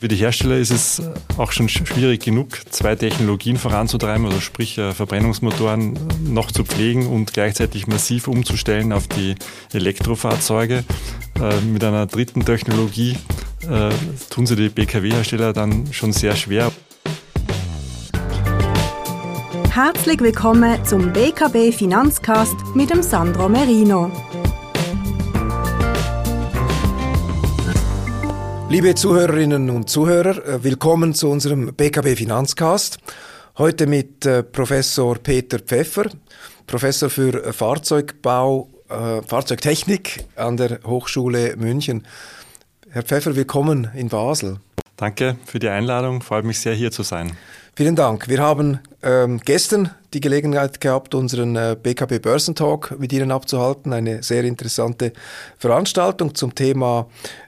Für die Hersteller ist es auch schon schwierig genug, zwei Technologien voranzutreiben, also sprich Verbrennungsmotoren noch zu pflegen und gleichzeitig massiv umzustellen auf die Elektrofahrzeuge. Mit einer dritten Technologie tun sie die BKW-Hersteller dann schon sehr schwer. Herzlich willkommen zum BKB Finanzcast mit dem Sandro Merino. Liebe Zuhörerinnen und Zuhörer, willkommen zu unserem BKB Finanzcast. Heute mit Professor Peter Pfeffer, Professor für Fahrzeugbau, Fahrzeugtechnik an der Hochschule München. Herr Pfeffer, willkommen in Basel. Danke für die Einladung, freut mich sehr, hier zu sein. Vielen Dank. Wir haben gestern die Gelegenheit gehabt, unseren BKB Börsentalk mit Ihnen abzuhalten. Eine sehr interessante Veranstaltung zum Thema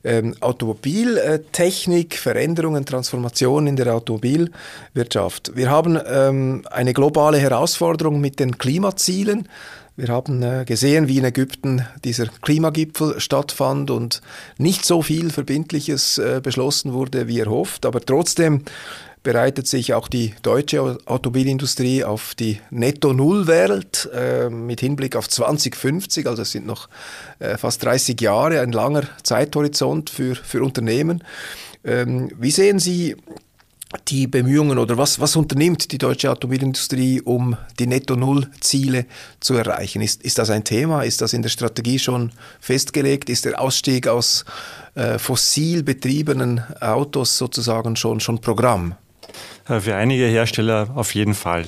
Automobiltechnik, Veränderungen, Transformationen in der Automobilwirtschaft. Wir haben eine globale Herausforderung mit den Klimazielen. Wir haben gesehen, wie in Ägypten dieser Klimagipfel stattfand und nicht so viel Verbindliches beschlossen wurde, wie erhofft, aber trotzdem bereitet sich auch die deutsche Automobilindustrie auf die Netto-Null-Welt mit Hinblick auf 2050, also es sind noch fast 30 Jahre, ein langer Zeithorizont für Unternehmen. Wie sehen Sie die Bemühungen oder was unternimmt die deutsche Automobilindustrie, um die Netto-Null-Ziele zu erreichen? Ist das ein Thema? Ist das in der Strategie schon festgelegt? Ist der Ausstieg aus fossil betriebenen Autos sozusagen schon Programm? Für einige Hersteller auf jeden Fall.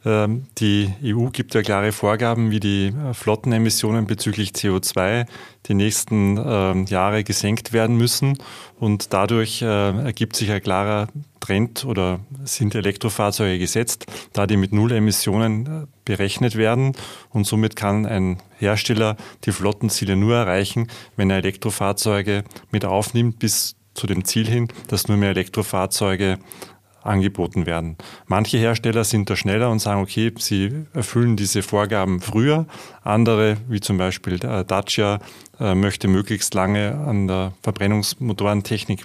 Die EU gibt ja klare Vorgaben, wie die Flottenemissionen bezüglich CO2 die nächsten Jahre gesenkt werden müssen. Und dadurch ergibt sich ein klarer Trend oder sind Elektrofahrzeuge gesetzt, da die mit Null Emissionen berechnet werden. Und somit kann ein Hersteller die Flottenziele nur erreichen, wenn er Elektrofahrzeuge mit aufnimmt bis zu dem Ziel hin, dass nur mehr Elektrofahrzeuge angeboten werden. Manche Hersteller sind da schneller und sagen, okay, sie erfüllen diese Vorgaben früher. Andere, wie zum Beispiel Dacia, möchte möglichst lange an der Verbrennungsmotorentechnik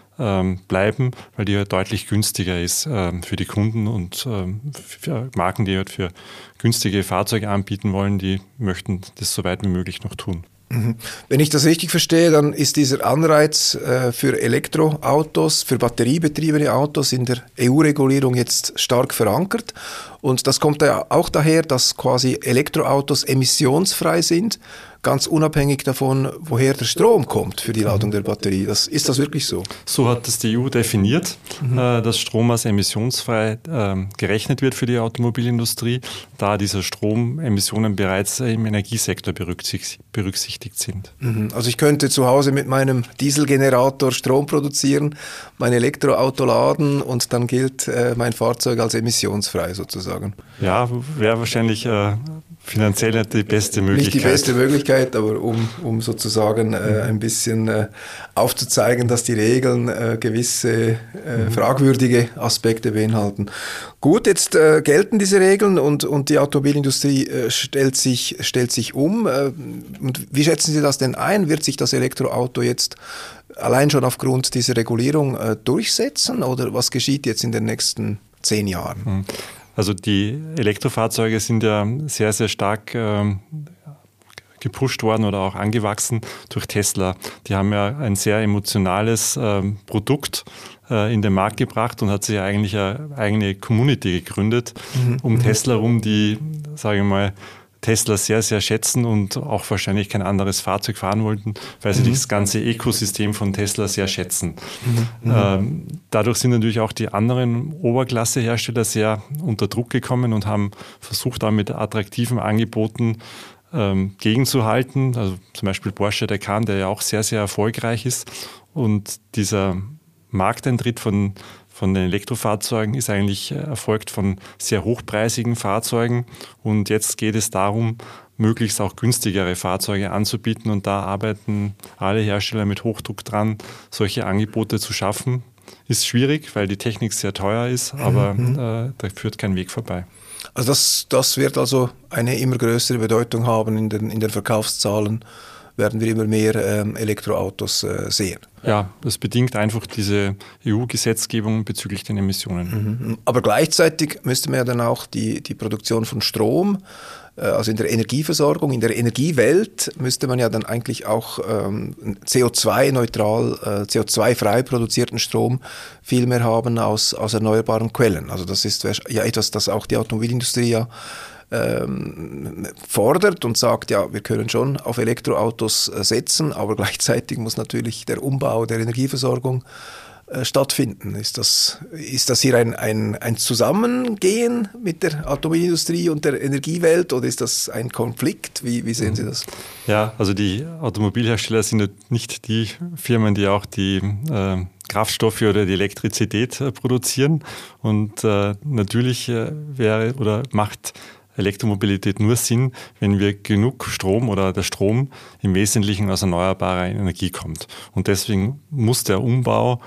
bleiben, weil die halt deutlich günstiger ist für die Kunden und für Marken, die halt für günstige Fahrzeuge anbieten wollen, die möchten das so weit wie möglich noch tun. Wenn ich das richtig verstehe, dann ist dieser Anreiz für Elektroautos, für batteriebetriebene Autos in der EU-Regulierung jetzt stark verankert. Und das kommt ja auch daher, dass quasi Elektroautos emissionsfrei sind, ganz unabhängig davon, woher der Strom kommt für die Ladung der Batterie. Ist das wirklich so? So hat das die EU definiert, dass Strom als emissionsfrei gerechnet wird für die Automobilindustrie, da diese Stromemissionen bereits im Energiesektor berücksichtigt sind. Also ich könnte zu Hause mit meinem Dieselgenerator Strom produzieren, mein Elektroauto laden und dann gilt mein Fahrzeug als emissionsfrei sozusagen. Ja, wäre wahrscheinlich finanziell nicht die beste Möglichkeit. Nicht die beste Möglichkeit, aber um sozusagen ein bisschen aufzuzeigen, dass die Regeln gewisse fragwürdige Aspekte beinhalten. Gut, jetzt gelten diese Regeln und die Automobilindustrie stellt sich um. Und wie schätzen Sie das denn ein? Wird sich das Elektroauto jetzt allein schon aufgrund dieser Regulierung durchsetzen oder was geschieht jetzt in den nächsten 10 Jahren? Also die Elektrofahrzeuge sind ja sehr, sehr stark gepusht worden oder auch angewachsen durch Tesla. Die haben ja ein sehr emotionales Produkt in den Markt gebracht und hat sich eigentlich eine eigene Community gegründet um Tesla herum, die, sage ich mal, Tesla sehr, sehr schätzen und auch wahrscheinlich kein anderes Fahrzeug fahren wollten, weil sie das ganze Ökosystem von Tesla sehr schätzen. Dadurch sind natürlich auch die anderen Oberklassehersteller sehr unter Druck gekommen und haben versucht, auch mit attraktiven Angeboten gegenzuhalten. Also zum Beispiel Porsche Taycan, der ja auch sehr, sehr erfolgreich ist. Und dieser Markteintritt von den Elektrofahrzeugen ist eigentlich erfolgt von sehr hochpreisigen Fahrzeugen. Und jetzt geht es darum, möglichst auch günstigere Fahrzeuge anzubieten. Und da arbeiten alle Hersteller mit Hochdruck dran, solche Angebote zu schaffen. Ist schwierig, weil die Technik sehr teuer ist, aber da führt kein Weg vorbei. Also das wird also eine immer größere Bedeutung haben in den Verkaufszahlen werden wir immer mehr Elektroautos sehen. Ja, das bedingt einfach diese EU-Gesetzgebung bezüglich den Emissionen. Aber gleichzeitig müsste man ja dann auch die Produktion von Strom, also in der Energieversorgung, in der Energiewelt, müsste man ja dann eigentlich auch CO2-neutral, CO2-frei produzierten Strom viel mehr haben aus erneuerbaren Quellen. Also das ist ja etwas, das auch die Automobilindustrie ja fordert und sagt, ja, wir können schon auf Elektroautos setzen, aber gleichzeitig muss natürlich der Umbau der Energieversorgung stattfinden. Ist das hier ein Zusammengehen mit der Automobilindustrie und der Energiewelt oder ist das ein Konflikt? Wie sehen Sie das? Ja, also die Automobilhersteller sind nicht die Firmen, die auch die Kraftstoffe oder die Elektrizität produzieren. Und natürlich macht Elektromobilität nur Sinn, wenn wir genug Strom oder der Strom im Wesentlichen aus erneuerbarer Energie kommt. Und deswegen muss der Umbau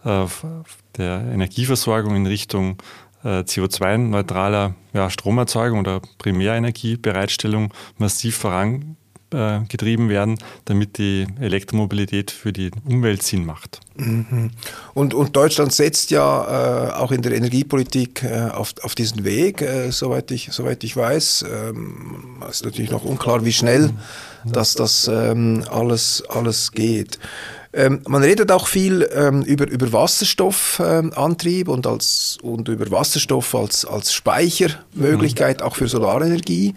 der Energieversorgung in Richtung CO2-neutraler Stromerzeugung oder Primärenergiebereitstellung massiv vorangetrieben werden, damit die Elektromobilität für die Umwelt Sinn macht. Und Deutschland setzt ja auch in der Energiepolitik auf diesen Weg, soweit ich weiß. Es ist natürlich noch unklar, wie schnell das alles geht. Man redet auch viel über Wasserstoffantrieb und über Wasserstoff als Speichermöglichkeit auch für Solarenergie.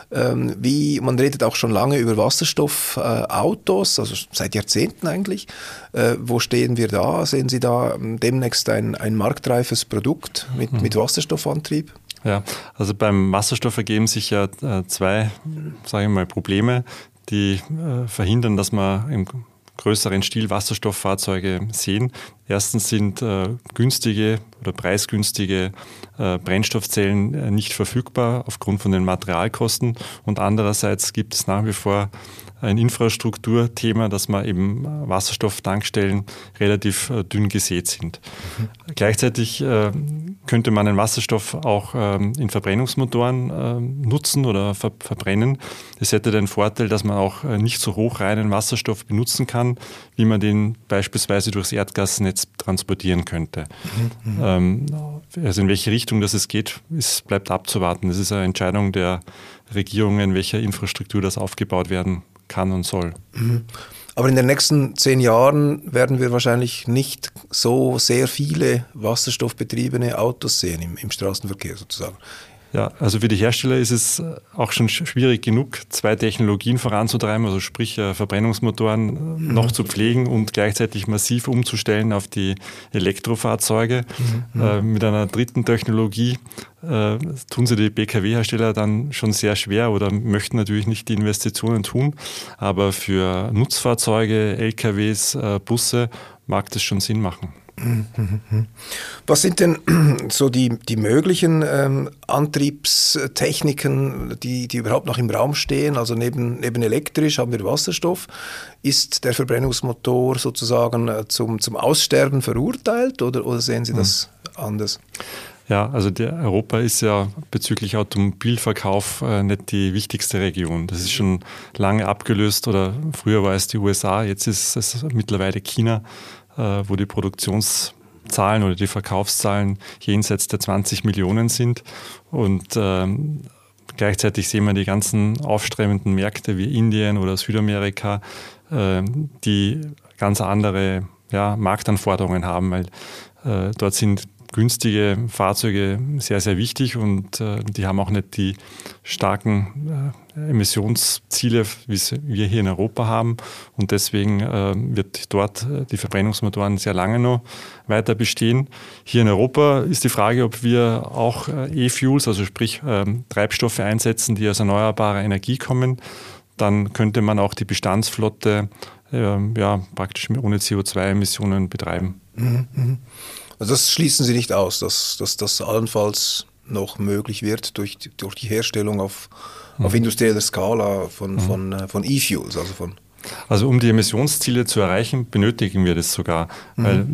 Man redet auch schon lange über Wasserstoffautos, also seit Jahrzehnten eigentlich. Wo stehen wir da? Sehen Sie da demnächst ein marktreifes Produkt mit Wasserstoffantrieb? Ja, also beim Wasserstoff ergeben sich ja zwei, sage ich mal, Probleme, die verhindern, dass man im größeren Stil Wasserstofffahrzeuge sehen. Erstens sind günstige oder preisgünstige Brennstoffzellen nicht verfügbar aufgrund von den Materialkosten und andererseits gibt es nach wie vor ein Infrastrukturthema, dass man eben Wasserstofftankstellen relativ dünn gesät sind. Gleichzeitig könnte man den Wasserstoff auch in Verbrennungsmotoren nutzen oder verbrennen. Es hätte den Vorteil, dass man auch nicht so hochreinen Wasserstoff benutzen kann, wie man den beispielsweise durchs Erdgasnetz transportieren könnte. Also in welche Richtung das geht, bleibt abzuwarten. Das ist eine Entscheidung der Regierungen, in welcher Infrastruktur das aufgebaut werden kann und soll. Aber in den nächsten 10 Jahren werden wir wahrscheinlich nicht so sehr viele wasserstoffbetriebene Autos sehen im Straßenverkehr sozusagen. Ja, also für die Hersteller ist es auch schon schwierig genug, 2 Technologien voranzutreiben, also sprich Verbrennungsmotoren noch zu pflegen und gleichzeitig massiv umzustellen auf die Elektrofahrzeuge. Mit einer dritten Technologie tun sie die BKW-Hersteller dann schon sehr schwer oder möchten natürlich nicht die Investitionen tun. Aber für Nutzfahrzeuge, LKWs, Busse mag das schon Sinn machen. Was sind denn so die möglichen Antriebstechniken, die überhaupt noch im Raum stehen? Also neben elektrisch haben wir Wasserstoff. Ist der Verbrennungsmotor sozusagen zum Aussterben verurteilt oder sehen Sie das anders? Ja, also Europa ist ja bezüglich Automobilverkauf nicht die wichtigste Region. Das ist schon lange abgelöst oder früher war es die USA, jetzt ist es mittlerweile China, wo die Produktionszahlen oder die Verkaufszahlen jenseits der 20 Millionen sind. Und gleichzeitig sehen wir die ganzen aufstrebenden Märkte wie Indien oder Südamerika, die ganz andere Marktanforderungen haben, weil dort sind günstige Fahrzeuge sehr, sehr wichtig und die haben auch nicht die starken Emissionsziele, wie wir hier in Europa haben. Und deswegen wird dort die Verbrennungsmotoren sehr lange noch weiter bestehen. Hier in Europa ist die Frage, ob wir auch E-Fuels, also sprich Treibstoffe einsetzen, die aus erneuerbarer Energie kommen. Dann könnte man auch die Bestandsflotte praktisch ohne CO2-Emissionen betreiben. Also das schließen Sie nicht aus, dass das allenfalls noch möglich wird durch die Herstellung auf industrieller Skala von E-Fuels, Also um die Emissionsziele zu erreichen, benötigen wir das sogar, weil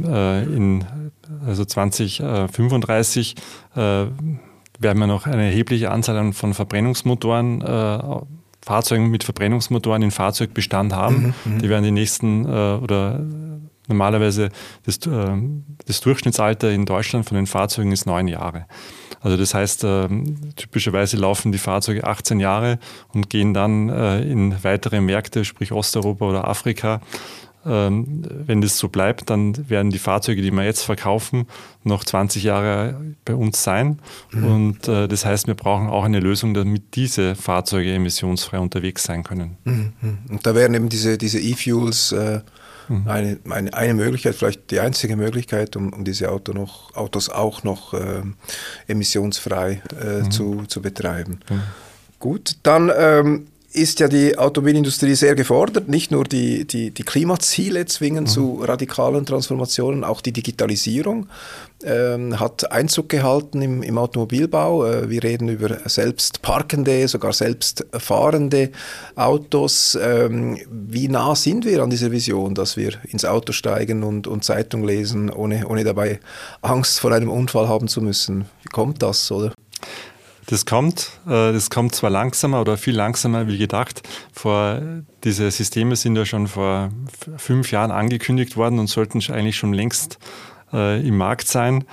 2035 werden wir noch eine erhebliche Anzahl von Verbrennungsmotoren Fahrzeugen mit Verbrennungsmotoren in Fahrzeugbestand haben. Die werden die nächsten oder normalerweise das Durchschnittsalter in Deutschland von den Fahrzeugen ist 9 Jahre. Also das heißt, typischerweise laufen die Fahrzeuge 18 Jahre und gehen dann in weitere Märkte, sprich Osteuropa oder Afrika. Wenn das so bleibt, dann werden die Fahrzeuge, die wir jetzt verkaufen, noch 20 Jahre bei uns sein. Und das heißt, wir brauchen auch eine Lösung, damit diese Fahrzeuge emissionsfrei unterwegs sein können. Und da wären eben diese E-Fuels eine Möglichkeit, vielleicht die einzige Möglichkeit, um diese Autos auch noch emissionsfrei zu betreiben. Gut, dann ist ja die Automobilindustrie sehr gefordert. Nicht nur die Klimaziele zwingen zu radikalen Transformationen, auch die Digitalisierung hat Einzug gehalten im Automobilbau. Wir reden über selbstparkende, sogar selbstfahrende Autos. Wie nah sind wir an dieser Vision, dass wir ins Auto steigen und Zeitung lesen, ohne dabei Angst vor einem Unfall haben zu müssen? Wie kommt das, oder? Das kommt zwar langsamer oder viel langsamer wie gedacht. Diese Systeme sind ja schon vor 5 Jahren angekündigt worden und sollten eigentlich schon längst im Markt sein.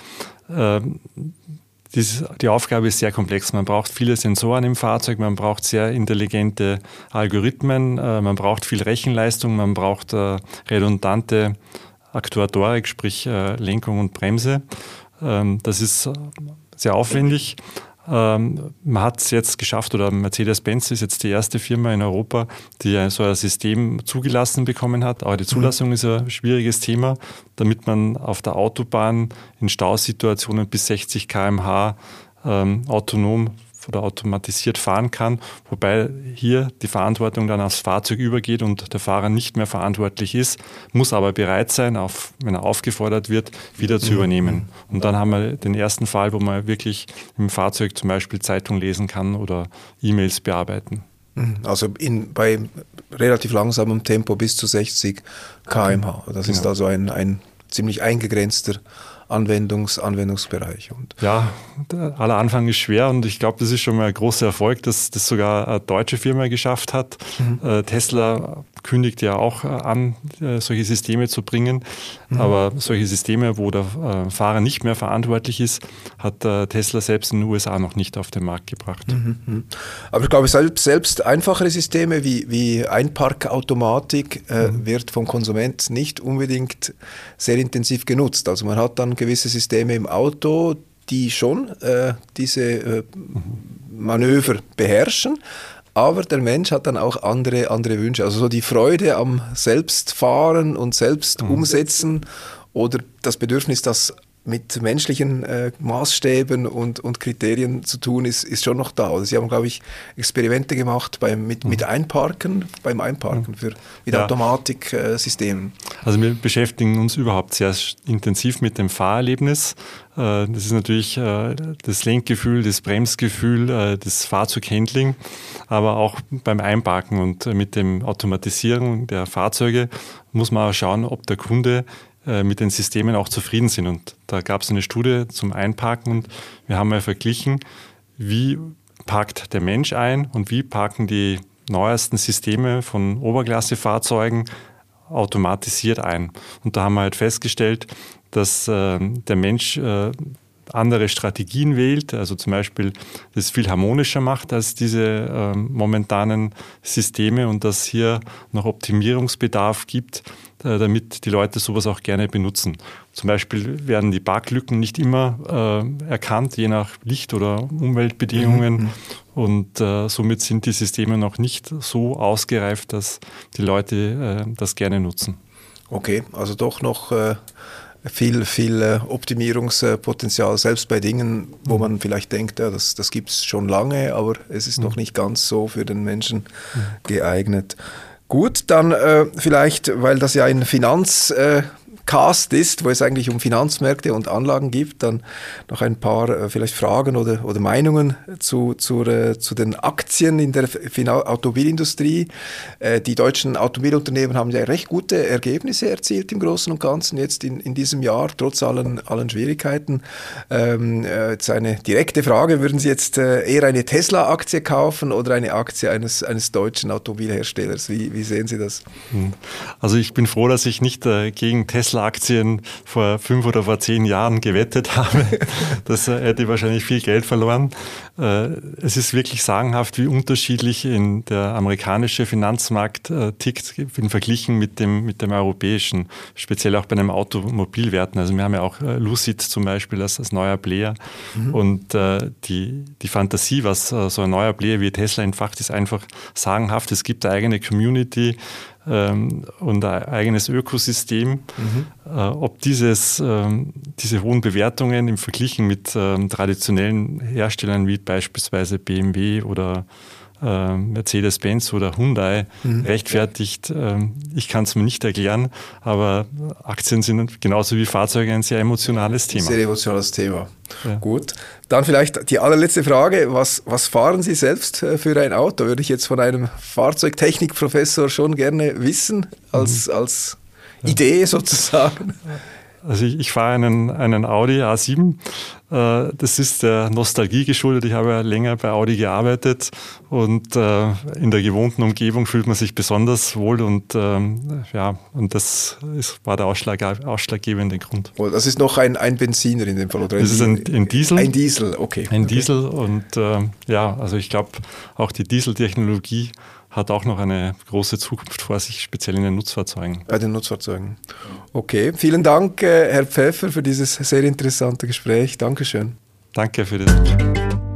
Die Aufgabe ist sehr komplex. Man braucht viele Sensoren im Fahrzeug, man braucht sehr intelligente Algorithmen, man braucht viel Rechenleistung, man braucht redundante Aktuatorik, sprich Lenkung und Bremse. Das ist sehr aufwendig. Man hat es jetzt geschafft, oder Mercedes-Benz ist jetzt die erste Firma in Europa, die so ein System zugelassen bekommen hat. Auch die Zulassung ist ein schwieriges Thema, damit man auf der Autobahn in Stausituationen bis 60 km/h autonom oder automatisiert fahren kann, wobei hier die Verantwortung dann aufs Fahrzeug übergeht und der Fahrer nicht mehr verantwortlich ist, muss aber bereit sein, wenn er aufgefordert wird, wieder zu übernehmen. Und dann haben wir den ersten Fall, wo man wirklich im Fahrzeug zum Beispiel Zeitung lesen kann oder E-Mails bearbeiten. Also bei relativ langsamem Tempo bis zu 60 km/h. Das ist also ein ziemlich eingegrenzter Anwendungsbereich. Und ja, aller Anfang ist schwer und ich glaube, das ist schon mal ein großer Erfolg, dass das sogar eine deutsche Firma geschafft hat. Tesla kündigt ja auch an, solche Systeme zu bringen, aber solche Systeme, wo der Fahrer nicht mehr verantwortlich ist, hat Tesla selbst in den USA noch nicht auf den Markt gebracht. Aber ich glaube, selbst einfachere Systeme wie Einparkautomatik wird vom Konsument nicht unbedingt sehr intensiv genutzt. Also man hat dann gewisse Systeme im Auto, die schon diese Manöver beherrschen, aber der Mensch hat dann auch andere Wünsche. Also so die Freude am Selbstfahren und Selbstumsetzen oder das Bedürfnis, das mit menschlichen Maßstäben und Kriterien zu tun, ist schon noch da. Also Sie haben, glaube ich, Experimente gemacht mit Einparken, mit Automatiksystemen. Also wir beschäftigen uns überhaupt sehr intensiv mit dem Fahrerlebnis. Das ist natürlich das Lenkgefühl, das Bremsgefühl, das Fahrzeughandling, aber auch beim Einparken und mit dem Automatisierung der Fahrzeuge muss man auch schauen, ob der Kunde mit den Systemen auch zufrieden sind. Und da gab es eine Studie zum Einparken und wir haben mal verglichen, wie parkt der Mensch ein und wie parken die neuesten Systeme von Oberklassefahrzeugen automatisiert ein. Und da haben wir halt festgestellt, dass der Mensch andere Strategien wählt, also zum Beispiel das viel harmonischer macht als diese momentanen Systeme und dass hier noch Optimierungsbedarf gibt, damit die Leute sowas auch gerne benutzen. Zum Beispiel werden die Parklücken nicht immer erkannt, je nach Licht- oder Umweltbedingungen und somit sind die Systeme noch nicht so ausgereift, dass die Leute das gerne nutzen. Okay, also doch noch viel Optimierungspotenzial, selbst bei Dingen, wo man vielleicht denkt, ja, das gibt es schon lange, aber es ist noch nicht ganz so für den Menschen geeignet. Gut, dann vielleicht, weil das ja ein Cast ist, wo es eigentlich um Finanzmärkte und Anlagen gibt, dann noch ein paar vielleicht Fragen oder Meinungen zu den Aktien in der Automobilindustrie. Die deutschen Automobilunternehmen haben ja recht gute Ergebnisse erzielt im Großen und Ganzen jetzt in diesem Jahr, trotz allen Schwierigkeiten. Jetzt eine direkte Frage, würden Sie jetzt eher eine Tesla-Aktie kaufen oder eine Aktie eines deutschen Automobilherstellers? Wie sehen Sie das? Also ich bin froh, dass ich nicht gegen Tesla-Aktien vor 5 oder vor 10 Jahren gewettet habe. Das hätte ich wahrscheinlich viel Geld verloren. Es ist wirklich sagenhaft, wie unterschiedlich der amerikanische Finanzmarkt tickt, verglichen mit dem europäischen, speziell auch bei den Automobilwerten. Also wir haben ja auch Lucid zum Beispiel als neuer Player. Und die Fantasie, was so ein neuer Player wie Tesla entfacht, ist einfach sagenhaft. Es gibt eine eigene Community und ein eigenes Ökosystem. Ob diese hohen Bewertungen im Verglichen mit traditionellen Herstellern wie beispielsweise BMW oder Mercedes-Benz oder Hyundai rechtfertigt, ich kann es mir nicht erklären, aber Aktien sind genauso wie Fahrzeuge ein sehr emotionales Thema. Sehr emotionales Thema. Ja. Gut. Dann vielleicht die allerletzte Frage. Was fahren Sie selbst für ein Auto? Würde ich jetzt von einem Fahrzeugtechnikprofessor schon gerne wissen, als Idee sozusagen. Also ich fahre einen Audi A7. Das ist der Nostalgie geschuldet. Ich habe ja länger bei Audi gearbeitet und in der gewohnten Umgebung fühlt man sich besonders wohl und das war der ausschlaggebende Grund. Oh, das ist noch ein Benziner in dem Fall? Oder das ist ein Diesel. Ein Diesel, okay. Diesel und also ich glaube auch die Dieseltechnologie hat auch noch eine große Zukunft vor sich, speziell in den Nutzfahrzeugen. Bei den Nutzfahrzeugen. Okay, vielen Dank, Herr Pfeffer, für dieses sehr interessante Gespräch. Dankeschön. Danke für das.